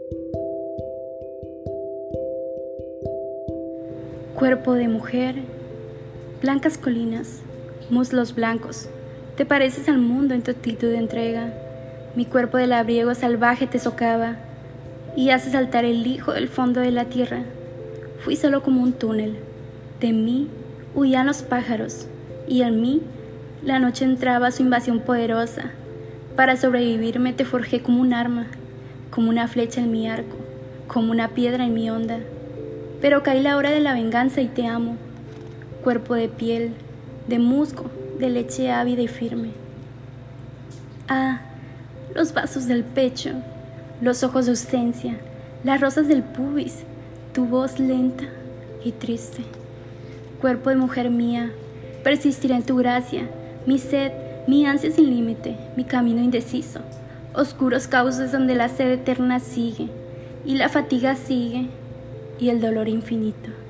Cuerpo de mujer, blancas colinas, muslos blancos, te pareces al mundo en tu actitud de entrega. Mi cuerpo de labriego salvaje te socava y hace saltar el hijo del fondo de la tierra. Fui solo como un túnel, de mí huían los pájaros y en mí la noche entraba su invasión poderosa. Para sobrevivirme te forjé como un arma, como una flecha en mi arco, como una piedra en mi onda. Pero caí la hora de la venganza y te amo, cuerpo de piel, de musgo, de leche ávida y firme. Ah, los vasos del pecho, los ojos de ausencia, las rosas del pubis, tu voz lenta y triste. Cuerpo de mujer mía, persistiré en tu gracia, mi sed, mi ansia sin límite, mi camino indeciso, oscuros cauces donde la sed eterna sigue, y la fatiga sigue, y el dolor infinito.